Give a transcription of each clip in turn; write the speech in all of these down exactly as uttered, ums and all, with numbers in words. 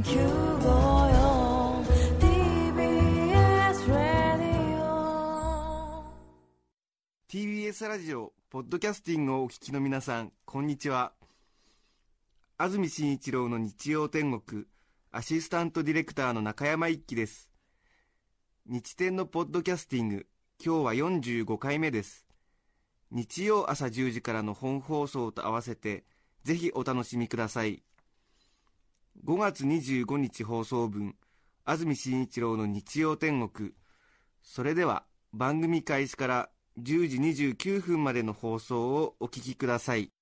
にきゅうごよ ティービーエス ラジオティービーエス ラジオポッドキャスティングをお聞きの皆さん、こんにちは。安住紳一郎の日曜天国、アシスタントディレクターの中山一輝です。日天のポッドキャスティング、今日はよんじゅうごかいめです。日曜朝じゅうじからの本放送と合わせてぜひお楽しみください。ごがつにじゅうごにち放送分、安住紳一郎の日曜天国。それでは番組開始からじゅうじにじゅうきゅうふんまでの放送をお聞きください。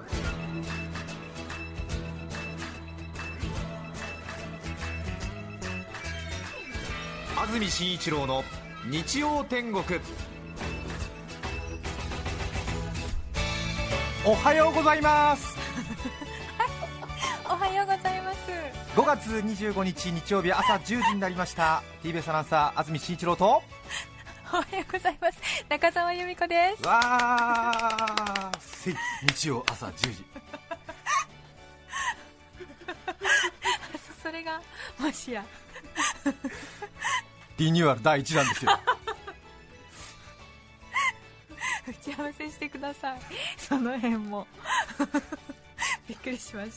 安住紳一郎の日曜天国。おはようございます。 おはようございます。 ごがつにじゅうごにち日曜日朝じゅうじになりました。 ティービーエス アナウンサー安住紳一郎と、 おはようございます、中澤由美子です。 わーせい日曜朝じゅうじそれがもしやリニューアルだいいちだんですよ。 打ち合わせしてください、その辺もびっくりしました。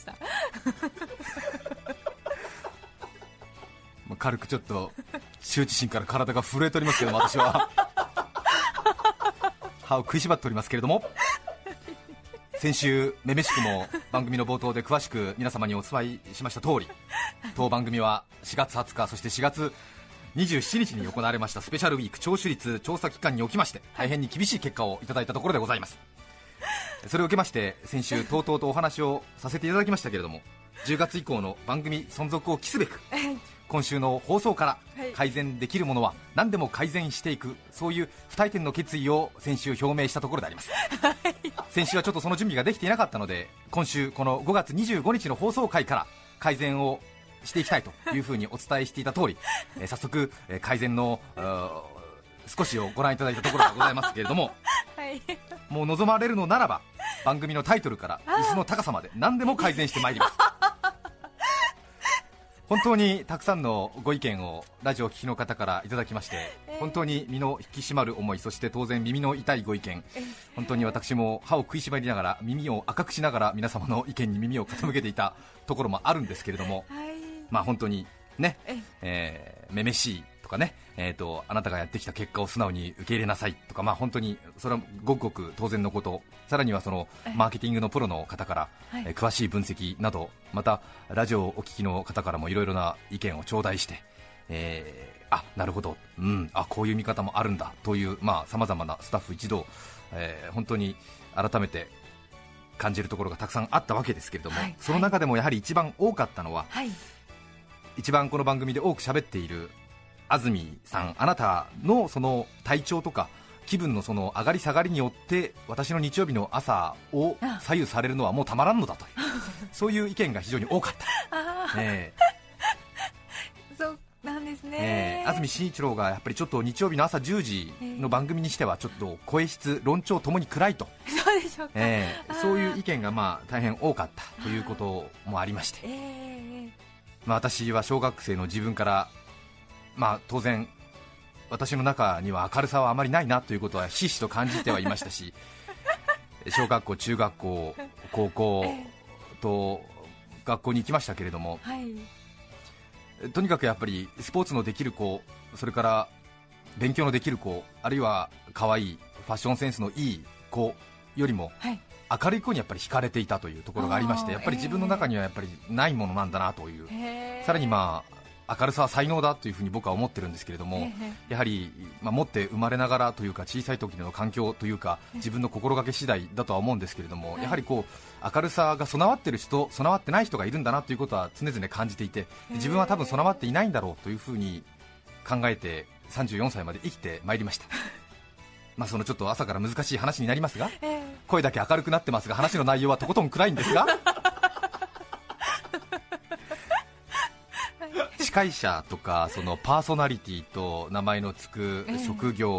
軽くちょっと羞恥心から体が震えておりますけども、私は歯を食いしばっておりますけれども、先週めめしくも番組の冒頭で詳しく皆様にお伝えしました通り、当番組はしがつはつか、そしてしがつにじゅうしちにちに行われましたスペシャルウィーク聴取率調査期間におきまして大変に厳しい結果をいただいたところでございます。それを受けまして先週とうとうとお話をさせていただきましたけれども、じゅうがつ以降の番組存続を期すべく今週の放送から改善できるものは何でも改善していく、そういう不退転の決意を先週表明したところであります。先週はちょっとその準備ができていなかったので、今週このごがつにじゅうごにちの放送回から改善をしていきたいというふうにお伝えしていた通り、えー、早速、えー、改善の少しをご覧いただいたところがございますけれども、はい、もう望まれるのならば番組のタイトルから椅子の高さまで何でも改善してまいります。本当にたくさんのご意見をラジオを聴きの方からいただきまして、本当に身の引き締まる思い、そして当然耳の痛いご意見、本当に私も歯を食いしばりながら耳を赤くしながら皆様の意見に耳を傾けていたところもあるんですけれども、まあ本当にね、えー、めめしいとかね、えーと、あなたがやってきた結果を素直に受け入れなさいとか、まあ本当にそれはごくごく当然のこと、さらにはそのマーケティングのプロの方から、はい、えー、詳しい分析など、またラジオをお聞きの方からもいろいろな意見を頂戴して、えー、あ、なるほど、うん、あ、こういう見方もあるんだというさまざ、まなスタッフ一同、えー、本当に改めて感じるところがたくさんあったわけですけれども、はい、その中でもやはり一番多かったのは、はい、一番この番組で多く喋っている安住さん、あなたのその体調とか気分のその上がり下がりによって私の日曜日の朝を左右されるのはもうたまらんのだというそういう意見が非常に多かった。えー、そうなんですね、 えー、安住紳一郎がやっぱりちょっと日曜日の朝じゅうじの番組にしてはちょっと声質論調ともに暗いと、 そうでしょうか、 えー、そういう意見がまあ大変多かったということもありまして、えーまあ、私は小学生の自分から、まあ、当然私の中には明るさはあまりないなということはひしひしと感じてはいましたし小学校、中学校、高校と学校に行きましたけれども、はい、とにかくやっぱりスポーツのできる子、それから勉強のできる子、あるいは可愛いファッションセンスのいい子よりも、はい、明るい子にやっぱり惹かれていたというところがありまして、やっぱり自分の中にはやっぱりないものなんだなという、さらにまあ明るさは才能だというふうに僕は思ってるんですけれども、やはり、まあ、持って生まれながらというか小さい時の環境というか自分の心がけ次第だとは思うんですけれども、やはりこう明るさが備わっている人、備わってない人がいるんだなということは常々感じていて、自分は多分備わっていないんだろうというふうに考えてさんじゅうよんさいまで生きてまいりました。まあそのちょっと朝から難しい話になりますが、声だけ明るくなってますが話の内容はとことん暗いんですが司会者とかそのパーソナリティと名前のつく職業、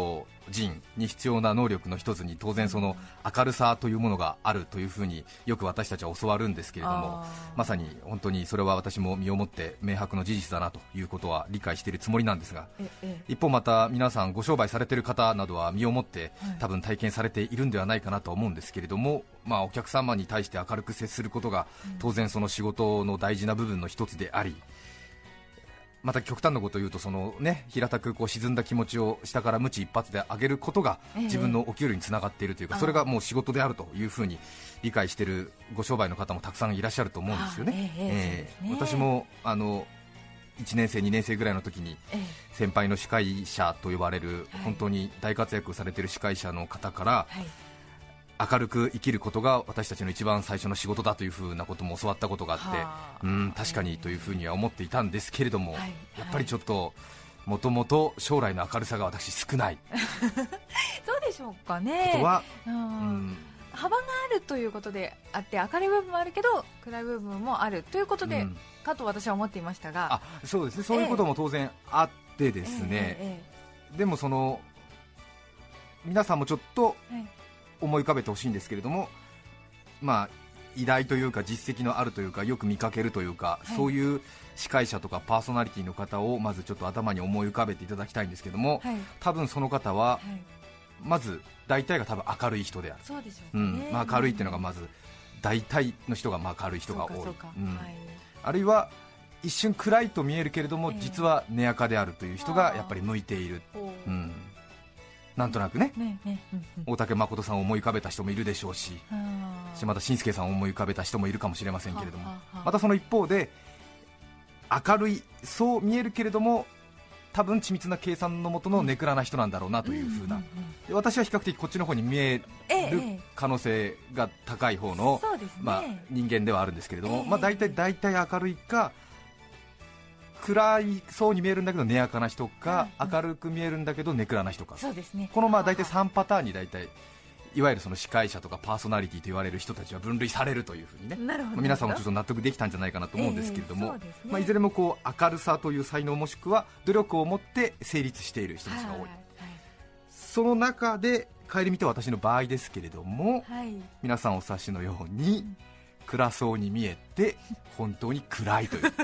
人に必要な能力の一つに当然その明るさというものがあるというふうによく私たちは教わるんですけれども、まさに本当にそれは私も身をもって明白の事実だなということは理解しているつもりなんですが、一方また皆さんご商売されている方などは身をもって多分体験されているんではないかなと思うんですけれども、まあ、お客様に対して明るく接することが当然その仕事の大事な部分の一つであり、また極端なことを言うとその、ね、平たくこう沈んだ気持ちを下から無知一発で上げることが自分のお給料につながっているというか、それがもう仕事であるというふうに理解しているご商売の方もたくさんいらっしゃると思うんですよね。えー、私もあのいちねん生にねん生ぐらいの時に先輩の司会者と呼ばれる本当に大活躍されている司会者の方から明るく生きることが私たちの一番最初の仕事だというふうなことも教わったことがあって、うん、確かにというふうには思っていたんですけれども、やっぱりちょっともともと将来の明るさが私少ないそうでしょうかね。 ことは、 うんうん、 幅があるということであって明るい部分もあるけど暗い部分もあるということで、うん、かと私は思っていましたが、 あ、そうですね、そういうことも当然あってですね、えーえーえー、でもその皆さんもちょっと思い浮かべてほしいんですけれども、まあ偉大というか実績のあるというかよく見かけるというか、はい、そういう司会者とかパーソナリティの方をまずちょっと頭に思い浮かべていただきたいんですけども、はい、多分その方は、はい、まず大体が多分明るい人である。 そうでしょうね、 うん、まあ、明るいっていうのがまず大体の人がまあ明るい人が多い。 そうかそうか、 うん、 はい、 あるいは一瞬暗いと見えるけれども、えー、実は根垢であるという人がやっぱり向いている、うん、なんとなくね、ねねうんうん、大竹誠さんを思い浮かべた人もいるでしょうし、島田紳介さんを思い浮かべた人もいるかもしれませんけれども、またその一方で明るい、そう見えるけれども多分緻密な計算のもとのネクラな人なんだろうなというふうな、で私は比較的こっちの方に見える可能性が高い方の、ええね、まあ、人間ではあるんですけれども、えまあ、大体大体明るいか暗いそうに見えるんだけど根垢な人か、うん、明るく見えるんだけどネクラな人か、 そうですね、 このまあ大体さんパターンに大体いわゆるその司会者とかパーソナリティと言われる人たちは分類されるというふうにね、まあ、皆さんもちょっと納得できたんじゃないかなと思うんですけれども、えーね、まあ、いずれもこう明るさという才能もしくは努力を持って成立している人たちが多い、はいはい、その中で顧みて私の場合ですけれども、はい、皆さんお察しのように暗そうに見えて本当に暗いという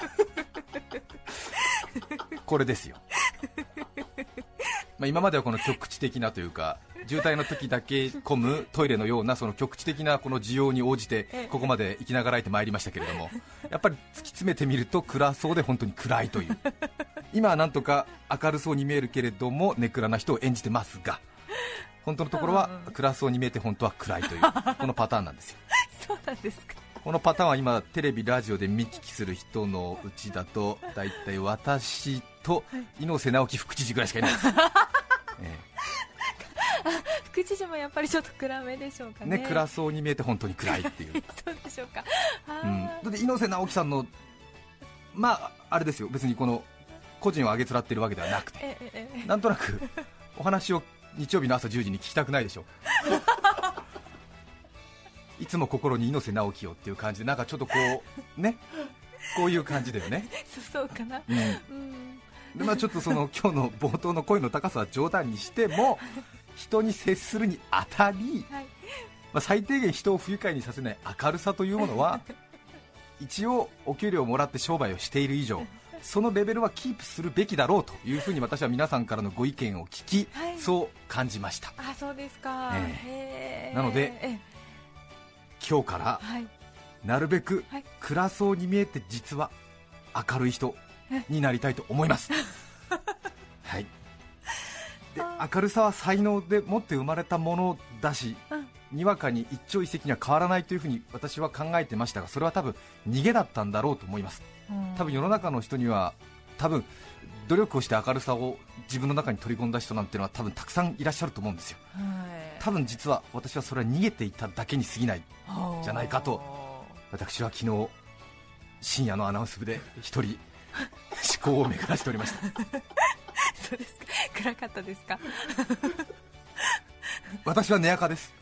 これですよ。まあ今まではこの局地的なというか渋滞の時だけ混むトイレのようなその局地的なこの需要に応じてここまで生きながらえてまいりましたけれども、やっぱり突き詰めてみると暗そうで本当に暗いという、今はなんとか明るそうに見えるけれどもネクラな人を演じてますが、本当のところは暗そうに見えて本当は暗いというこのパターンなんですよ。 そうなんですか。 このパターンは今テレビラジオで見聞きする人のうちだとだいたい私と猪瀬直樹副知事ぐらいしかいないです、ええ、 副知事もやっぱりちょっと暗めでしょうかね。 ね、暗そうに見えて本当に暗いっていうそうでしょうか、 うん、だって猪瀬直樹さんのまああれですよ、別にこの個人をあげつらっているわけではなくて、えええ、なんとなくお話を日曜日の朝じゅうじに聞きたくないでしょいつも心に猪瀬直樹をっていう感じで、なんかちょっとこうねこういう感じだよね。 そうかな、 うん、うんでまあ、ちょっとその今日の冒頭の声の高さは冗談にしても人に接するにあたり、はい、まあ、最低限人を不愉快にさせない明るさというものは一応お給料をもらって商売をしている以上そのレベルはキープするべきだろうというふうに私は皆さんからのご意見を聞き、はい、そう感じました。 あ、そうですか、 えー、なので、えー今日からなるべく暗そうに見えて実は明るい人になりたいと思います、はい、で明るさは才能で持って生まれたものだし、にわかに一朝一夕には変わらないというふうに私は考えてましたが、それは多分逃げだったんだろうと思います。多分世の中の人には多分努力をして明るさを自分の中に取り込んだ人なんてのは多分たくさんいらっしゃると思うんですよ。多分実は私はそれは逃げていただけに過ぎないじゃないかと私は昨日深夜のアナウンス部で一人思考を巡らしておりましたそうですか、暗かったですか私は根垢です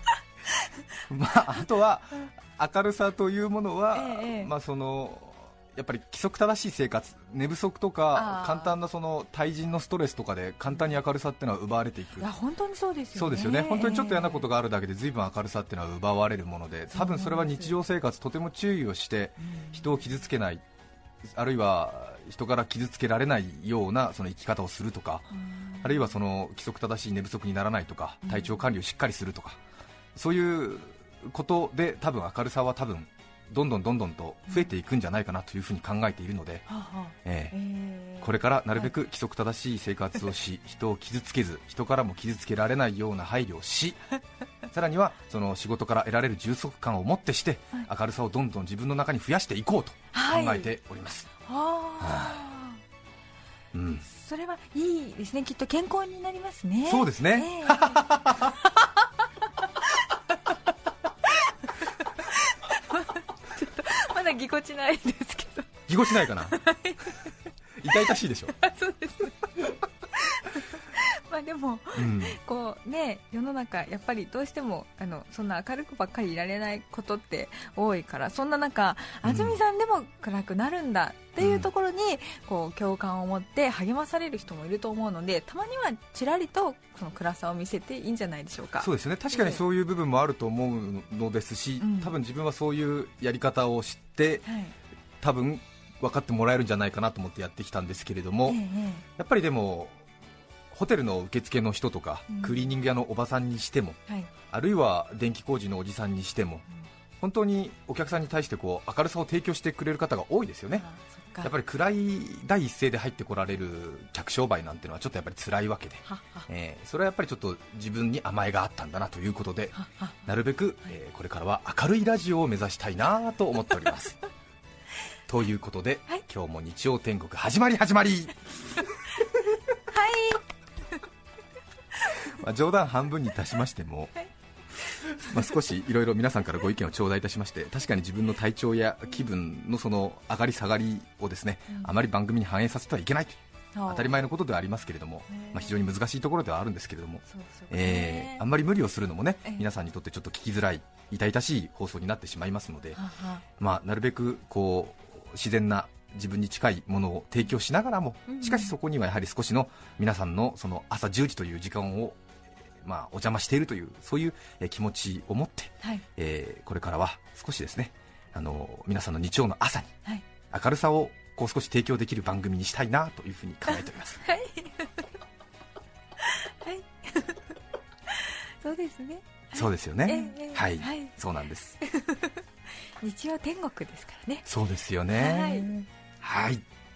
まあ、あとは明るさというものは、ええ、まあ、そのやっぱり規則正しい生活、寝不足とかあー簡単なその対人のストレスとかで簡単に明るさっていうのは奪われていく。 いや本当にそうですよね。 そうですよね、本当にちょっと嫌なことがあるだけで随分明るさっていうのは奪われるもので、多分それは日常生活とても注意をして人を傷つけない、あるいは人から傷つけられないようなその生き方をするとか、あるいはその規則正しい寝不足にならないとか、体調管理をしっかりするとか、そういうことで多分明るさは多分どんどんどんどんと増えていくんじゃないかなというふうに考えているので、 はあはあえええーこれからなるべく規則正しい生活をし、人を傷つけず人からも傷つけられないような配慮をしさらにはその仕事から得られる充足感を持ってして明るさをどんどん自分の中に増やしていこうと考えております。 あーうん、 それはいいですね、きっと健康になりますね。 そうですね、 えーちょっとまだぎこちないんですけどぎこちないかな痛々しいでしょ、 そうですねまあでもうんこうね、世の中やっぱりどうしてもあのそんな明るくばっかりいられないことって多いから、そんな中うん安住さんでも暗くなるんだっていうところにこう共感を持って励まされる人もいると思うので、たまにはちらりとその暗さを見せていいんじゃないでしょうか。 そうですね、確かにそういう部分もあると思うのですし、 うん多分自分はそういうやり方を知ってはい、 多分分かってもらえるんじゃないかなと思ってやってきたんですけれども、 ええやっぱりでもホテルの受付の人とか、 うんクリーニング屋のおばさんにしても、 はい、 あるいは電気工事のおじさんにしても、本当にお客さんに対してこう明るさを提供してくれる方が多いですよね。 あそっかやっぱり暗い第一声で入ってこられる客商売なんていうのはちょっとやっぱり辛いわけで、 ははえーそれはやっぱりちょっと自分に甘えがあったんだなということで、 ははなるべく、えーこれからは明るいラジオを目指したいなと思っておりますということで、 はい今日も日曜天国始まり始まりまあ冗談半分にいたしましても、 はいまあ、少しいろいろ皆さんからご意見を頂戴いたしまして、確かに自分の体調や気分のその上がり下がりをですね、 うんあまり番組に反映させてはいけないという当当たり前のことではありますけれども、 ねまあ、非常に難しいところではあるんですけれども、 そうそうえーあんまり無理をするのもね、 ええ皆さんにとってちょっと聞きづらい痛々しい放送になってしまいますので、 ははまあ、なるべくこう自然な自分に近いものを提供しながらも、 うんうんしかしそこにはやはり少しの皆さんのその朝じゅうじという時間を、えーまあ、お邪魔しているというそういうえー気持ちを持って、 はいえーこれからは少しですね、あの皆さんの日曜の朝にはい明るさをこう少し提供できる番組にしたいなというふうに考えておりますはいはいそうですね、 そうですよね、 ええはい、 はいそうなんです日曜天国ですからね。 そうですよねはい、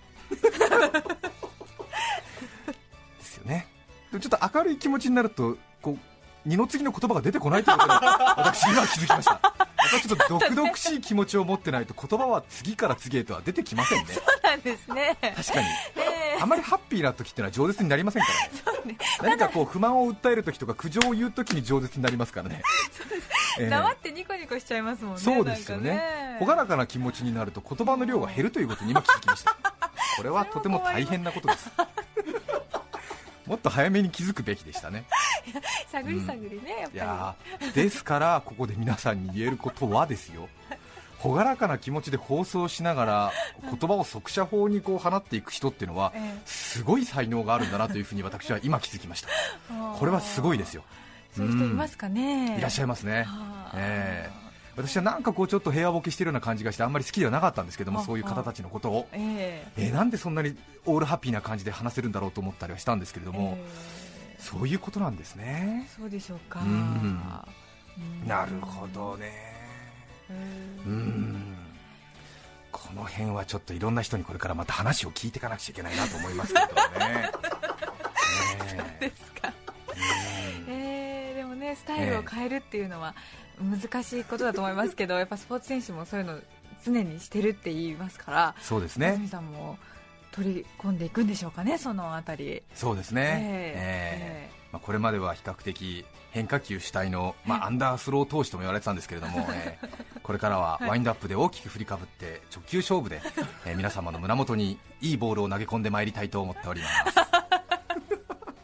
ですよね。でもちょっと明るい気持ちになるとこう二の次の言葉が出てこないということに私今気づきましたやっぱりちょっと毒々しい気持ちを持ってないと言葉は次から次へとは出てきませんね。 そうなんですね。 確かにえあまりハッピーな時ってのは饒舌になりませんからね。 えね何かこう不満を訴える時とか苦情を言う時に饒舌になりますからね。ええ黙ってニコニコしちゃいますもんね。 そうですよね。朗らかな気持ちになると言葉の量が減るということに今気づきました。これはとても大変なことです。もっと早めに気づくべきでしたね。 探り探りね、やっいぱやーですからここで皆さんに言えることはですよ、朗らかな気持ちで放送しながら言葉を速射砲にこう放っていく人っていうのはり、えすごい才能があるんだなというふうに私は今気づきました。 えこれはすごいですよ。 そういう人いますかね。 いらっしゃいますね。 あーええ私はなんかこうちょっと平和ボケしてるような感じがしてあんまり好きではなかったんですけども、 あそういう方たちのことを、 えええーなんでそんなにオールハッピーな感じで話せるんだろうと思ったりはしたんですけれども、 ええそういうことなんですね。 そうでしょうか。 うんうんなるほどね。 ううんんこの辺はちょっといろんな人にこれからまた話を聞いていかなくちゃいけないなと思いますけれどもね。ねえですか。 うんえーでもね、スタイルを変えるっていうのは難しいことだと思いますけど、やっぱスポーツ選手もそういうの常にしてるって言いますから、 そうですね安住。さんも取り込んでいくんでしょうかね、そのあたり。 そうですね。 ええええまあ、これまでは比較的変化球主体の、まあ、アンダースロー投手とも言われてたんですけれども、えーこれからはワインドアップで大きく振りかぶって直球勝負で、えー皆様の胸元にいいボールを投げ込んでまいりたいと思っております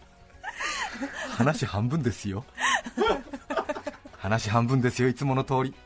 話半分ですよ話半分ですよ、いつもの通り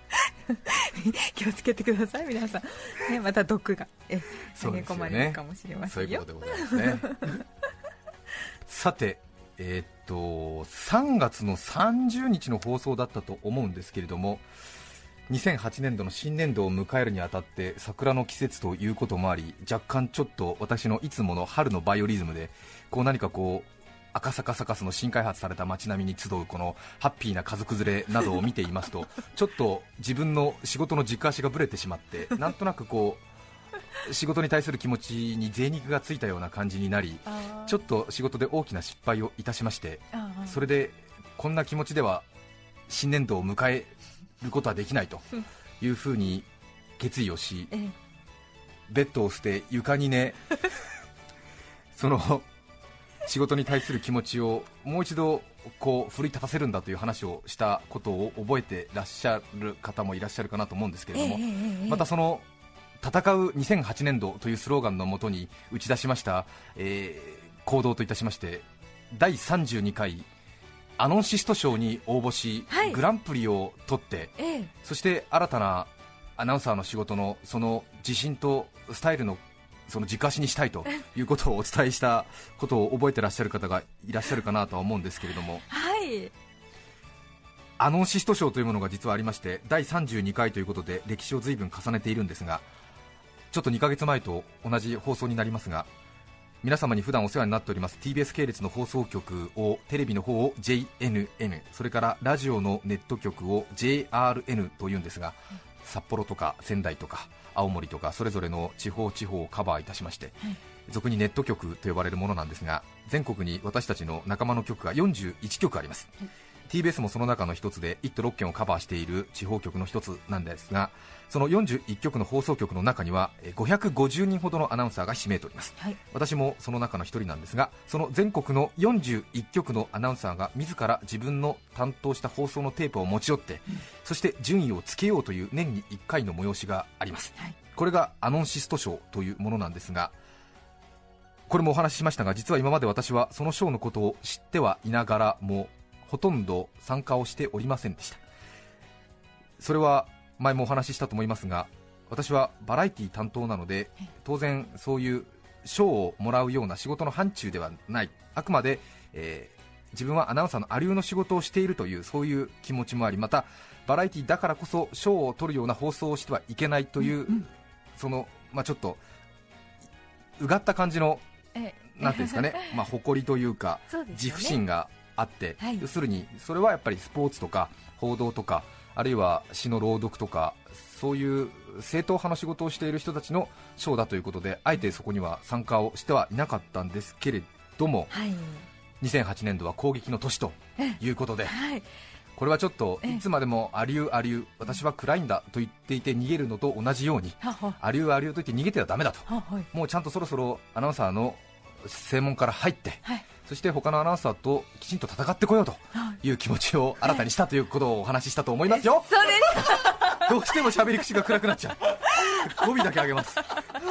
気をつけてください皆さん、ね、また毒がえ投げ込まれるかもしれませんよ。 そういうことでございますねさて、えーっとさんがつのさんじゅうにちの放送だったと思うんですけれども、にせんはちねんどの新年度を迎えるにあたって桜の季節ということもあり、若干ちょっと私のいつもの春のバイオリズムでこう何かこう赤坂サカスの新開発された街並みに集うこのハッピーな家族連れなどを見ていますとちょっと自分の仕事の軸足がぶれてしまって、なんとなくこう仕事に対する気持ちに贅肉がついたような感じになり、ちょっと仕事で大きな失敗をいたしまして、それでこんな気持ちでは新年度を迎えることはできないというふうに決意をし、ベッドを捨て床に寝その仕事に対する気持ちをもう一度こう奮い立たせるんだという話をしたことを覚えてらっしゃる方もいらっしゃるかなと思うんですけれども、またその戦うにせんはちねんどというスローガンのもとに打ち出しました、えー、行動といたしましてだいさんじゅうにかいアノンシスト賞に応募し、はい、グランプリを取って、ええ、そして新たなアナウンサーの仕事のその自信とスタイルのその軸足にしたいということをお伝えしたことを覚えてらっしゃる方がいらっしゃるかなとは思うんですけれども、 はい、 アノンシスト賞というものが実はありまして、だいさんじゅうにかいということで歴史を随分重ねているんですが、ちょっとにかげつまえと同じ放送になりますが、皆様に普段お世話になっております ティービーエス 系列の放送局を、テレビの方を ジェイエヌエヌ、 それからラジオのネット局を ジェイアールエヌ というんですが、札幌とか仙台とか青森とかそれぞれの地方地方をカバーいたしまして、はい、俗にネット局と呼ばれるものなんですが、全国に私たちの仲間の局がよんじゅういちきょくあります、はい、ティービーエス もその中の一つでいっ都ろっけんをカバーしている地方局の一つなんですが、そのよんじゅういっきょくの放送局の中にはごひゃくごじゅうにんほどのアナウンサーがひしめいております、はい、私もその中の一人なんですが、その全国のよんじゅういっきょくのアナウンサーが自ら自分の担当した放送のテープを持ち寄って、うん、そして順位をつけようという年にいっかいの催しがあります、はい、これがアノンシスト賞というものなんですが、これもお話ししましたが、実は今まで私はその賞のことを知ってはいながらもほとんど参加をしておりませんでした。それは前もお話ししたと思いますが、私はバラエティ担当なので、当然そういう賞をもらうような仕事の範疇ではない、あくまで、えー、自分はアナウンサーのありうの仕事をしているという、そういう気持ちもあり、またバラエティだからこそ賞を取るような放送をしてはいけないという、うんうん、その、まあ、ちょっとうがった感じのなんていうんですかね、まあ、誇りというかう、ね、自負心があって、はい、要するにそれはやっぱりスポーツとか報道とか、あるいは詩の朗読とか、そういう正統派の仕事をしている人たちの賞だということで、あえてそこには参加をしてはいなかったんですけれども、はい、にせんはちねんどは攻撃の年ということで、はい、これはちょっといつまでもアリューアリュー、私は暗いんだと言っていて逃げるのと同じように、アリューアリューと言って逃げてはダメだと、もうちゃんとそろそろアナウンサーの専門から入って、はい、そして他のアナウンサーときちんと戦ってこようという気持ちを新たにしたということをお話ししたと思いますよ。 そうですどうしても喋り口が暗くなっちゃう。語尾だけ上げます。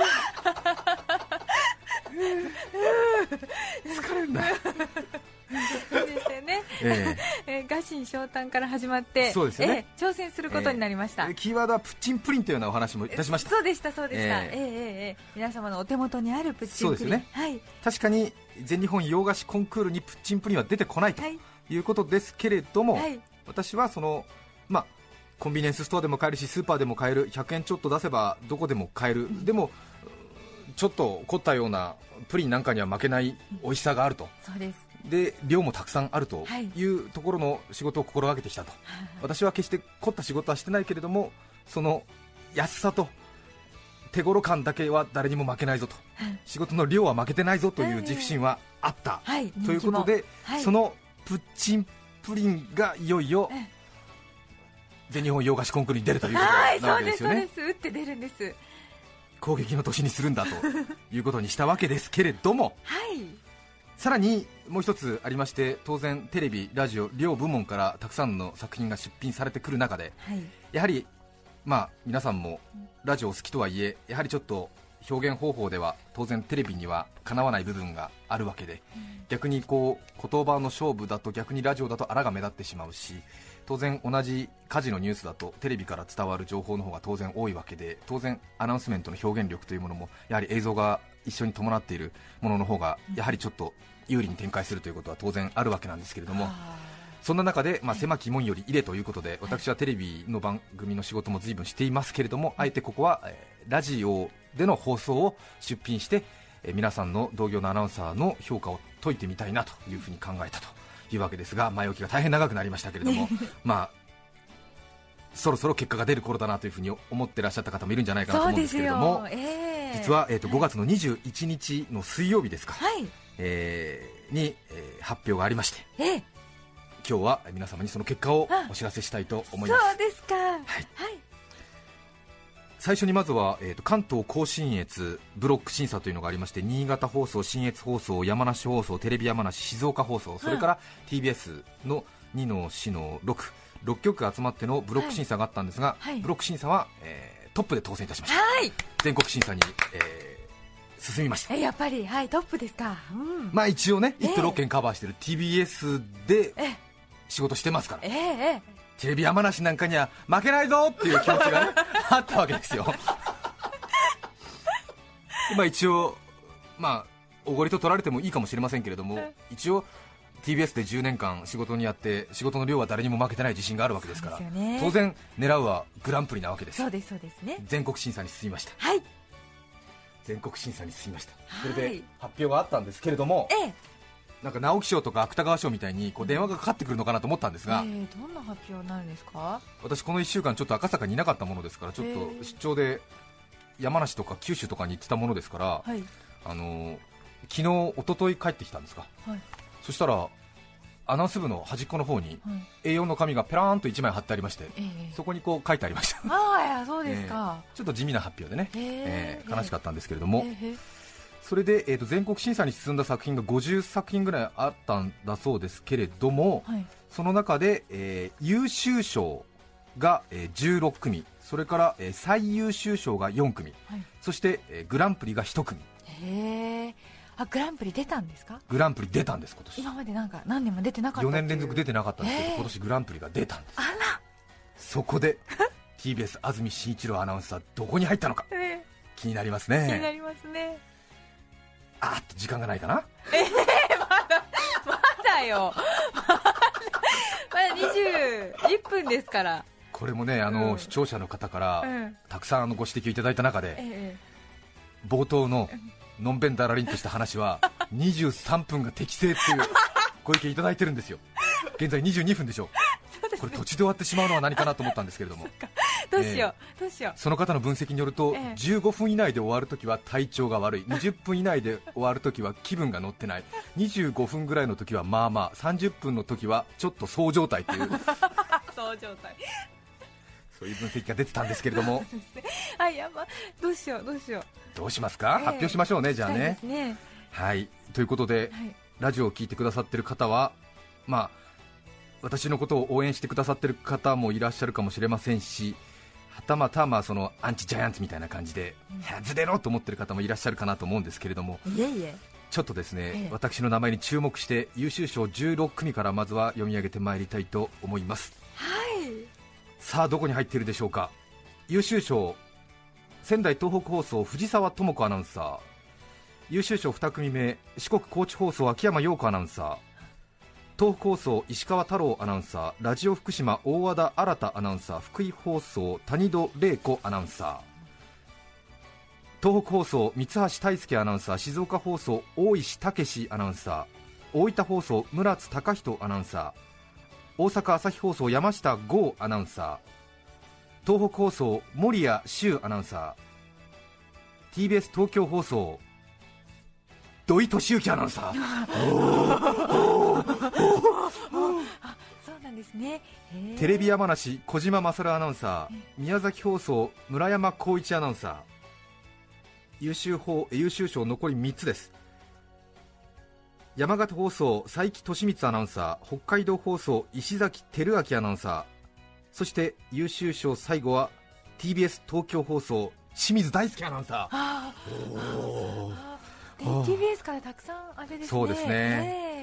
疲れるんだ。 そうですよね、えええー、餓心昇胆から始まって、そうですよね、えー、挑戦することになりました、 えー、キーワードはプッチンプリンというようなお話もいたしました。 そうでしたそうでした、えーえーえー、皆様のお手元にあるプッチンプリン、そうですね、はい、 確かに全日本洋菓子コンクールにプッチンプリンは出てこないということですけれども、はい、私はその、まあ、コンビニエンスストアでも買えるしスーパーでも買える、ひゃくえんちょっと出せばどこでも買える、うん、でもちょっと凝ったようなプリンなんかには負けない美味しさがあると、 そうですで量もたくさんあるというところの仕事を心がけてきたと、はい、私は決して凝った仕事はしてないけれども、その安さと手頃感だけは誰にも負けないぞと、はい、仕事の量は負けてないぞという自負心はあった、はい、ということで、はい、そのプッチンプリンがいよいよ全日本洋菓子コンクールに出るということなわけですよね。 はい、そうですそうです、打って出るんです。 攻撃の年にするんだということにしたわけですけれども、はい、さらにもう一つありまして、当然テレビラジオ両部門からたくさんの作品が出品されてくる中で、はい、やはり、まあ、皆さんもラジオを好きとはいえ、やはりちょっと表現方法では当然テレビにはかなわない部分があるわけで、うん、逆にこう言葉の勝負だと逆にラジオだと荒が目立ってしまうし、 当然同じ火事のニュースだとテレビから伝わる情報の方が当然多いわけで、当然アナウンスメントの表現力というものもやはり映像が一緒に伴っているものの方がやはりちょっと有利に展開するということは当然あるわけなんですけれども、そんな中で、まあ、狭き門より入れということで、私はテレビの番組の仕事も随分していますけれども、あえてここは、えー、ラジオでの放送を出品して、えー、皆さんの同業のアナウンサーの評価を解いてみたいなというふうに考えたというわけですが、前置きが大変長くなりましたけれどもまあそろそろ結果が出る頃だなというふうに思ってらっしゃった方もいるんじゃないかなと思うんですけれども、えー、実は、えーと、ごがつのにじゅういちにちの水曜日ですか、はい、えー、に、えー、発表がありまして、えー今日は皆様にその結果をお知らせしたいと思います。 そうですか、はいはい、 最初にまずは、えーと、関東甲信越ブロック審査というのがありまして、新潟放送、信越放送、山梨放送、テレビ山梨、静岡放送、それから ティービーエス のにのしのろく、ろっきょくが集まってのブロック審査があったんですが、はいはい、ブロック審査は、えー、トップで当選いたしました、はい、全国審査に、えー、進みました。 やっぱり、はい、トップですか、うん、 まあ一応ね、いっ都ろっけんカバーしている ティービーエス で、えー仕事してますから、えー、テレビ山梨なんかには負けないぞっていう気持ちが、ね、あったわけですよまあ一応、まあ、おごりと取られてもいいかもしれませんけれども、一応 ティービーエス でじゅうねんかん仕事にやって仕事の量は誰にも負けてない自信があるわけですから、ね、当然狙うはグランプリなわけです。 そうですそうですね。 全国審査に進みました、 はい、 全国審査に進みました。それで発表があったんですけれども、ええ、なんか直木賞とか芥川賞みたいにこう電話がかかってくるのかなと思ったんですが、えー、どんな発表になるんですか。 私このいっしゅうかんちょっと赤坂にいなかったものですから、ちょっと出張で山梨とか九州とかに行ってたものですから、はい、あの昨日一昨日帰ってきたんですか、はい、そしたらアナウンス部の端っこの方に エーよん の紙がペラーンといちまい貼ってありまして、えー、そこにこう書いてありました。 ああ、そうですか、 えー、ちょっと地味な発表でね、えー、悲しかったんですけれども、えーえーそれで、えー、と全国審査に進んだ作品がごじゅっさくひんぐらいあったんだそうですけれども、はい、その中で、えー、優秀賞が、えー、じゅうろっくみ、それから、えー、最優秀賞がよんくみ、はい、そして、えー、グランプリがいちくみ。 へー、あ、グランプリ出たんですか。 グランプリ出たんです、今年。 今までなんか何年も出てなかったっていう。 よねん連続出てなかったんですけど、今年グランプリが出たんです。 あら、 そこでティービーエス 安住紳一郎アナウンサーどこに入ったのか、えー、気になりますね。 気になりますね。 あーっと時間がないかな。 えー、まだまだよまだにじゅういっぷんですから。 これもね、あの、うん、視聴者の方から、うん、たくさんあのご指摘をいただいた中で、えー、冒頭ののんべんだらりんとした話はにじゅうさんぷんが適正っていうご意見いただいてるんですよ。現在にじゅうにふんでしょう。これ途中で終わってしまうのは何かなと思ったんですけれどもどうしよう、えー、どうしよう。 その方の分析によると、えー、じゅうごふん以内で終わるときは体調が悪い、にじゅっぷん以内で終わるときは気分が乗ってない、にじゅうごふんぐらいのときはまあまあ、さんじゅっぷんのときはちょっとそう状態というそう状態そういう分析が出てたんですけれどもはい、やば、どうしようどうしようどうしますか、えー、発表しましょうね、じゃあね。 ね、 はい、ということで、はい、ラジオを聞いてくださってる方は、まあ私のことを応援してくださってる方もいらっしゃるかもしれませんし、はたまたまそのアンチジャイアンツみたいな感じで、うん、外れろと思ってる方もいらっしゃるかなと思うんですけれども、 いえいえ、 ちょっとですね、ええ、私の名前に注目して優秀賞じゅうろっくみからまずは読み上げてまいりたいと思います。 はい、 さあどこに入っているでしょうか。優秀賞、仙台東北放送藤沢智子アナウンサー。優秀賞にくみめ、四国高知放送秋山陽子アナウンサー。東北放送石川太郎アナウンサー、ラジオ福島大和田新アナウンサー、福井放送谷戸玲子アナウンサー、東北放送三橋大輔アナウンサー、静岡放送大石武アナウンサー、大分放送村津貴人アナウンサー、大阪朝日放送山下剛アナウンサー、東北放送守谷修アナウンサー、 ティービーエス 東京放送土井敏之アナウンサーあ、そうなんですね。 テレビ山梨小島勝アナウンサー、宮崎放送村山光一アナウンサー。優秀法優秀賞残りみっつです。山形放送佐伯利光アナウンサー、北海道放送石崎照明アナウンサー、そして優秀賞最後は ティービーエス 東京放送清水大輔アナウンサー。 おー、ティービーエス からたくさんあれですね。 そうですね、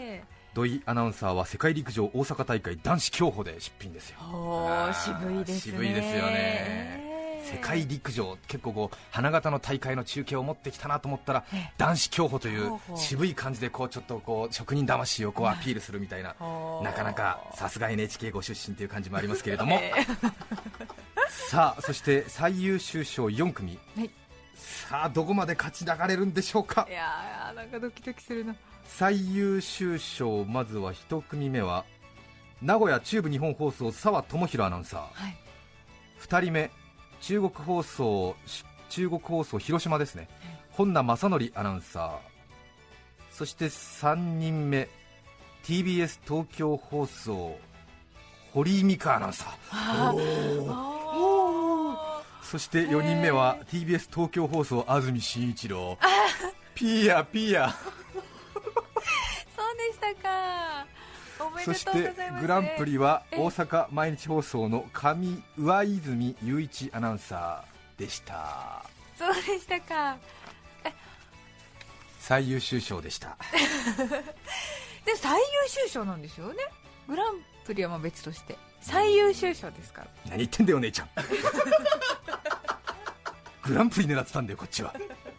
土井アナウンサーは世界陸上大阪大会男子競歩で出品ですよ。 おー、渋いですね。 渋いですよね、えー世界陸上、結構こう花形の大会の中継を持ってきたなと思ったら、男子競歩という渋い感じでこうちょっとこう職人魂をこうアピールするみたいな、なかなかさすが エヌエイチケー ご出身という感じもありますけれども、えー、さあそして最優秀賞よんくみ、はい、さあどこまで勝ち上がれるんでしょうか。 いやー、なんかドキドキするな。 最優秀賞、まずはいち組目は名古屋中部日本放送澤智弘アナウンサー、はい、ふたりめ中国放送中国放送広島ですね、本田正則アナウンサー、そしてさんにんめ ティービーエス 東京放送堀井美香アナウンサー、おおそしてよにんめは ティービーエス 東京放送安住紳一郎、ピーヤピーヤそうでしたか。 そしてグランプリは大阪毎日放送の上上泉雄一アナウンサーでした。 そうでしたか。 最優秀賞でしたで最優秀賞なんですよね。グランプリはまあ別として最優秀賞ですから。 何言ってんだよお姉ちゃんグランプリ狙ってたんだよこっちは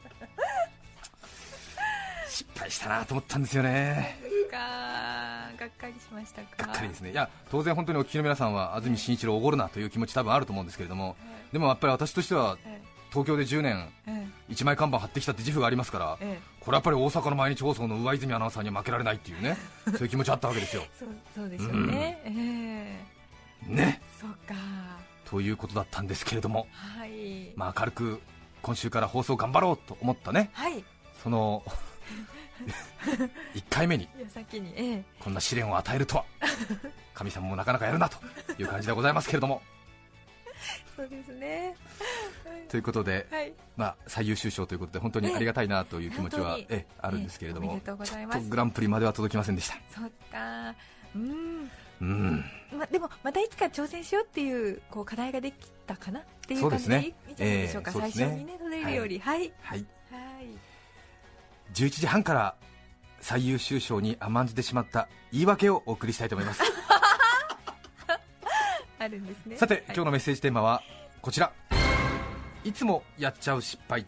失敗したなと思ったんですよね。 がっかりしましたか。 がっかりですね。いや当然本当にお聞きの皆さんは安住紳一郎おごるなという気持ち多分あると思うんですけれども、はい、でもやっぱり私としては、はい、東京でじゅうねん、はい、一枚看板張ってきたって自負がありますから、はい、これやっぱり大阪の毎日放送の上泉アナウンサーには負けられないっていうねそういう気持ちあったわけですよそう、そうですよね、うんえー、ねそうかということだったんですけれども、 はい、 まあ、明るく今週から放送頑張ろうと思ったね、 はい、 そのいっかいめに先に、ええ、 こんな試練を与えるとは神様もなかなかやるなという感じでございますけれどもそうですねということで、はい、まあ、最優秀賞ということで本当にありがたいなという気持ちは、ええ、あるんですけれども、 おめでとうございます。 グランプリまでは届きませんでした。 そっか、うんうん、 ま、でもまたいつか挑戦しようっていう、こう課題ができたかなっていう感じでいいんじゃないでしょうか。 そうですね、 最初にね取れるより、はい、はいはい、じゅういちじはんから最優秀賞に甘んじてしまった言い訳をお送りしたいと思いますあるんですね。 さて、はい、今日のメッセージテーマはこちら、いつもやっちゃう失敗。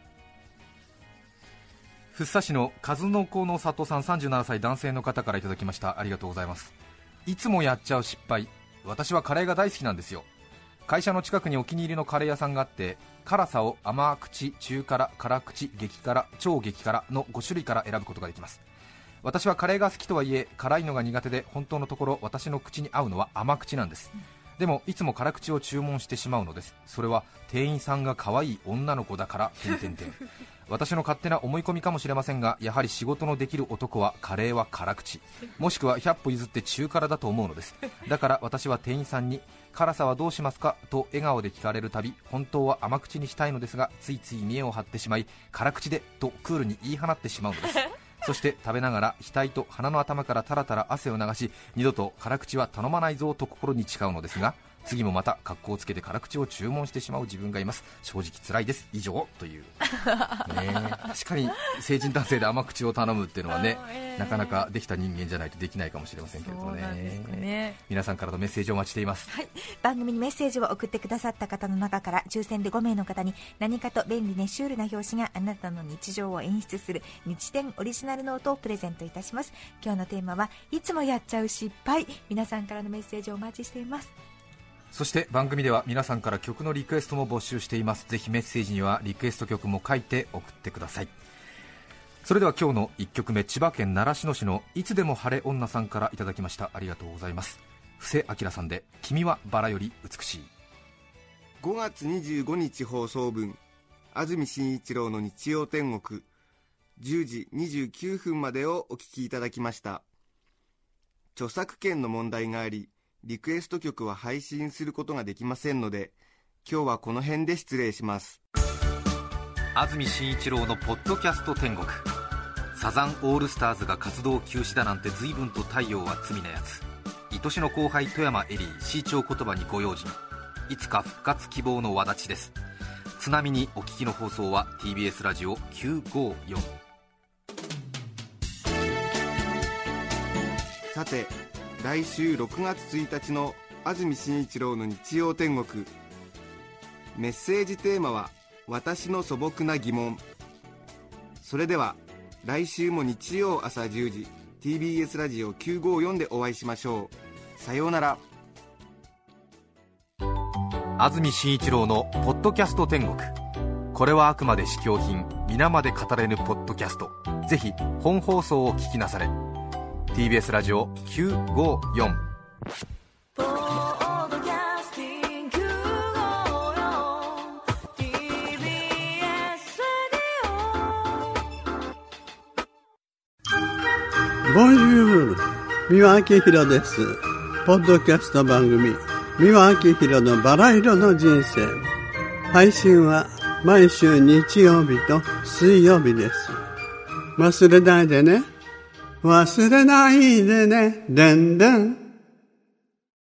福生市の数の子の里さん、さんじゅうななさい男性の方からいただきました。ありがとうございます。いつもやっちゃう失敗。私はカレーが大好きなんですよ。会社の近くにお気に入りのカレー屋さんがあって、辛さを甘口、中辛、辛口、激辛、超激辛のごしゅるいから選ぶことができます。私はカレーが好きとはいえ辛いのが苦手で、本当のところ私の口に合うのは甘口なんです。でもいつも辛口を注文してしまうのです。それは店員さんが可愛い女の子だから点々点私の勝手な思い込みかもしれませんが、やはり仕事のできる男はカレーは辛口、もしくはひゃっぽ譲って中辛だと思うのです。だから私は店員さんに辛さはどうしますかと笑顔で聞かれるたび、本当は甘口にしたいのですが、ついつい見栄を張ってしまい、辛口でとクールに言い放ってしまうのです。そして食べながら額と鼻の頭からタラタラ汗を流し、二度と辛口は頼まないぞと心に誓うのですが、次もまた格好をつけて辛口を注文してしまう自分がいます。正直辛いです。以上という、ね、確かに成人男性で甘口を頼むっていうのはね、えー、なかなかできた人間じゃないとできないかもしれませんけれども ね, ね皆さんからのメッセージをお待ちしています、 はい、番組にメッセージを送ってくださった方の中から抽選でごめいの方に、何かと便利でシュールな表紙があなたの日常を演出する日展オリジナルノートをプレゼントいたします。今日のテーマはいつもやっちゃう失敗。皆さんからのメッセージをお待ちしています。 そして番組では皆さんから曲のリクエストも募集しています。ぜひメッセージにはリクエスト曲も書いて送ってください。それでは今日のいっきょくめ、千葉県習志野市のいつでも晴れ女さんからいただきました。ありがとうございます。布施明さんで君はバラより美しい。 ごがつにじゅうごにち放送分、安住紳一郎の日曜天国、じゅうじにじゅうきゅうふんまでをお聞きいただきました。著作権の問題があり、リクエスト曲は配信することができませんので、今日はこの辺で失礼します。 安住紳一郎のポッドキャスト天国。サザンオールスターズが活動休止だなんて随分と太陽は罪なやつ。愛しの後輩富山エリー、シーチョー言葉にご用心。いつか復活希望のわだちです。ちなみにお聞きの放送は ティービーエス ラジオきゅうごよん。 さて、来週ろくがつついたちの安住紳一郎の日曜天国、メッセージテーマは私の素朴な疑問。それでは来週も日曜朝じゅうじ ティービーエス ラジオきゅうごよんでお会いしましょう。さようなら。 安住紳一郎のポッドキャスト天国、これはあくまで試供品、皆まで語れぬポッドキャスト。ぜひ本放送を聞きなされ。 ティービーエス ラジオきゅうごよん。 ポッドキャスティングきゅうごよん ティービーエス ラジオ。 ボンジュール、三輪明宏です。ポッドキャスト番組三輪明宏のバラ色の人生、配信は毎週日曜日と水曜日です。忘れないでね、忘れないでね、でんでん。